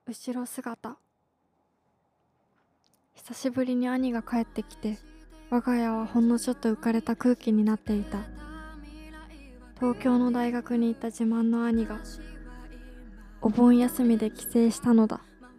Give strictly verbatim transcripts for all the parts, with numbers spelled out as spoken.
後ろ姿。久しぶりに兄が帰ってきて、我が家はほんのちょっと浮かれた空気になっていた。東京の大学に行った自慢の兄がお盆休みで帰省したのだ。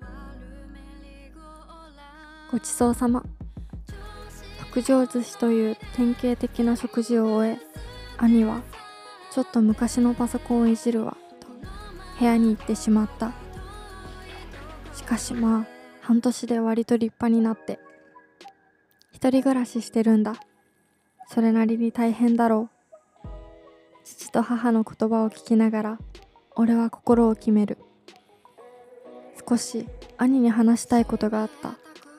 ごちそうさま。特上寿司という典型的な食事を終え、兄はちょっと昔のパソコンをいじるわと部屋に行ってしまった。しかしまあ半年で割と立派になって一人暮らししてるんだ。それなりに大変だろう。父と母の言葉を聞きながら俺は心を決める。少し兄に話したいことがあった。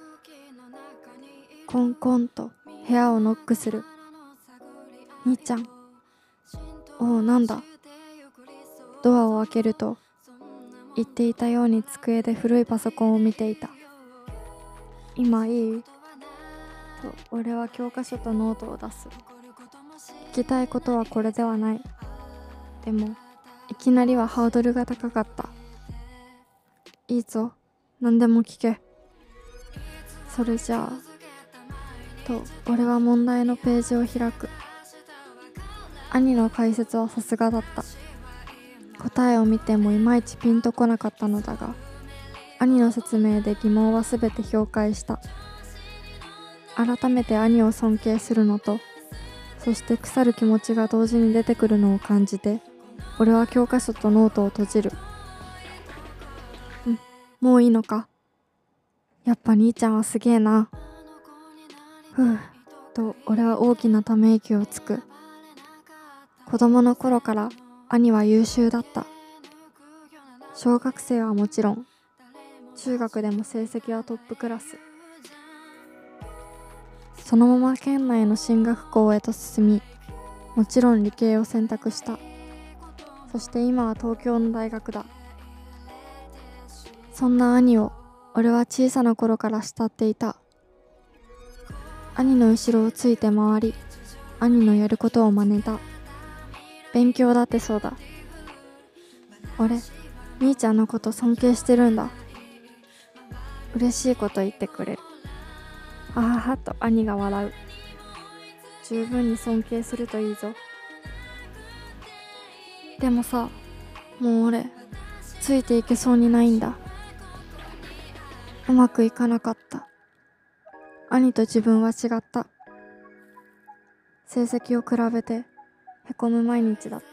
コンコンと部屋をノックする。兄ちゃん。おう、なんだ。ドアを開けると言っていたように机で古いパソコンを見ていた。今いい？と俺は教科書とノートを出す。聞きたいことはこれではない。でもいきなりはハードルが高かった。いいぞ、何でも聞け。それじゃあと俺は問題のページを開く。兄の解説はさすがだった。答えを見てもいまいちピンとこなかったのだが、兄の説明で疑問はすべて氷解した。改めて兄を尊敬するのと、そして腐る気持ちが同時に出てくるのを感じて、俺は教科書とノートを閉じる。ん、もういいのか。やっぱ兄ちゃんはすげえな。ふうと俺は大きなため息をつく。子供の頃から兄は優秀だった。小学生はもちろん、中学でも成績はトップクラス。そのまま県内の進学校へと進み、もちろん理系を選択した。そして今は東京の大学だ。そんな兄を俺は小さな頃から慕っていた。兄の後ろをついて回り、兄のやることを真似た。勉強だってそうだ。俺、兄ちゃんのこと尊敬してるんだ。嬉しいこと言ってくれる。はははと兄が笑う。十分に尊敬するといいぞ。でもさ、もう俺、ついていけそうにないんだ。うまくいかなかった。兄と自分は違った。成績を比べてへこむ毎日だった。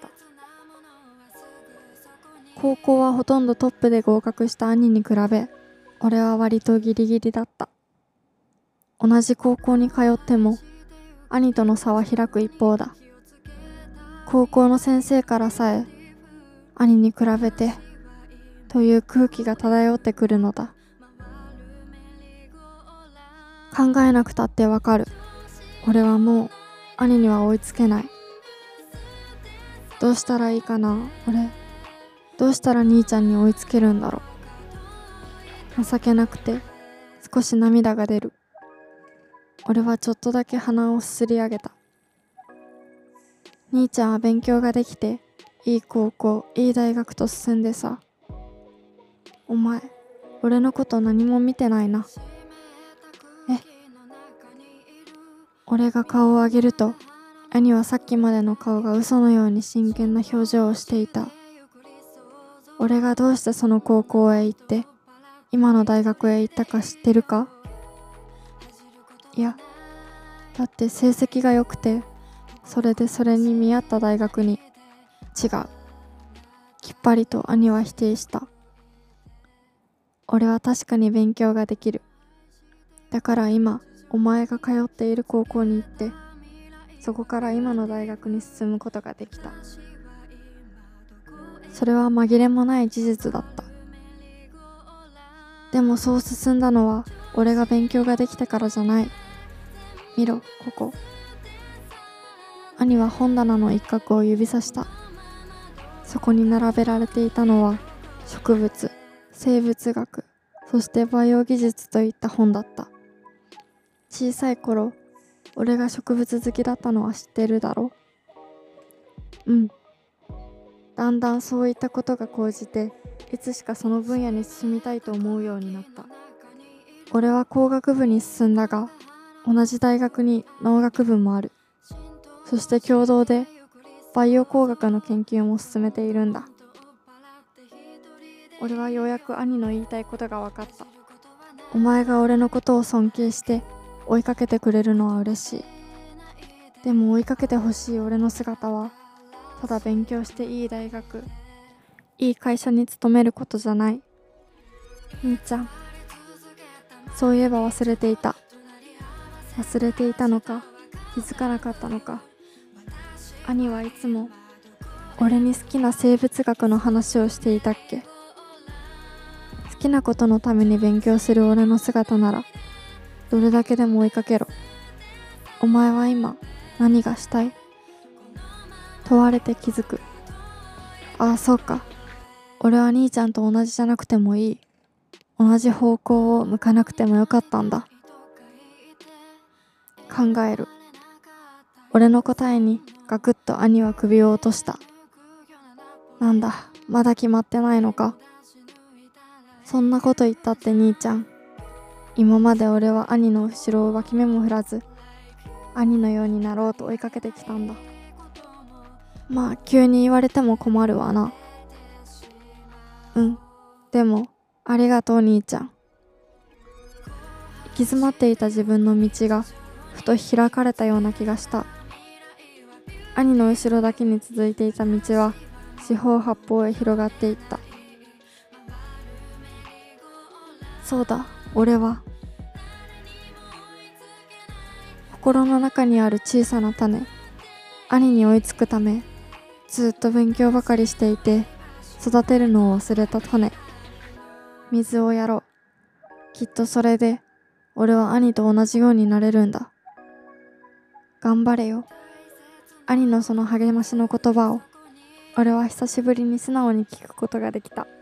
高校はほとんどトップで合格した兄に比べ、俺は割とギリギリだった。同じ高校に通っても兄との差は開く一方だ。高校の先生からさえ兄に比べてという空気が漂ってくるのだ。考えなくたってわかる。俺はもう兄には追いつけない。どうしたらいいかな、俺。どうしたら兄ちゃんに追いつけるんだろう。情けなくて少し涙が出る。俺はちょっとだけ鼻をすすり上げた。兄ちゃんは勉強ができて、いい高校、いい大学と進んでさ。お前、俺のこと何も見てないな。え？俺が顔を上げると、兄はさっきまでの顔が嘘のように真剣な表情をしていた。俺がどうしてその高校へ行って、今の大学へ行ったか知ってるか？いや、だって成績が良くて、それでそれに見合った大学に。違う。きっぱりと兄は否定した。俺は確かに勉強ができる。だから今、お前が通っている高校に行って、そこから今の大学に進むことができた。それは紛れもない事実だった。でもそう進んだのは、俺が勉強ができてからじゃない。見ろ、ここ。兄は本棚の一角を指さした。そこに並べられていたのは、植物、生物学、そしてバイオ技術といった本だった。小さい頃、俺が植物好きだったのは知ってるだろ？うん。だんだんそういったことが高じて、 いつしかその分野に進みたいと思うようになった。俺は工学部に進んだが、同じ大学に農学部もある。そして共同でバイオ工学の研究も進めているんだ。俺はようやく兄の言いたいことが分かった。お前が俺のことを尊敬して追いかけてくれるのは嬉しい。でも追いかけてほしい俺の姿は、ただ勉強していい大学、いい会社に勤めることじゃない。兄ちゃん、そういえば忘れていた。忘れていたのか、気づかなかったのか。兄はいつも俺に好きな生物学の話をしていたっけ。好きなことのために勉強する俺の姿なら、どれだけでも追いかけろ。お前は今何がしたい？問われて気づく。ああ、そうか。俺は兄ちゃんと同じじゃなくてもいい。同じ方向を向かなくてもよかったんだ。考える。俺の答えにガクッと兄は首を落とした。なんだ、まだ決まってないのか。そんなこと言ったって兄ちゃん。今まで俺は兄の後ろを脇目も振らず、兄のようになろうと追いかけてきたんだ。まあ急に言われても困るわな。うん、でもありがとう兄ちゃん。行き詰まっていた自分の道がふと開かれたような気がした。兄の後ろだけに続いていた道は四方八方へ広がっていった。そうだ、俺は心の中にある小さな種、兄に追いつくためずっと勉強ばかりしていて育てるのを忘れた種。水をやろう。きっとそれで俺は兄と同じようになれるんだ。頑張れよ。兄のその励ましの言葉を俺は久しぶりに素直に聞くことができた。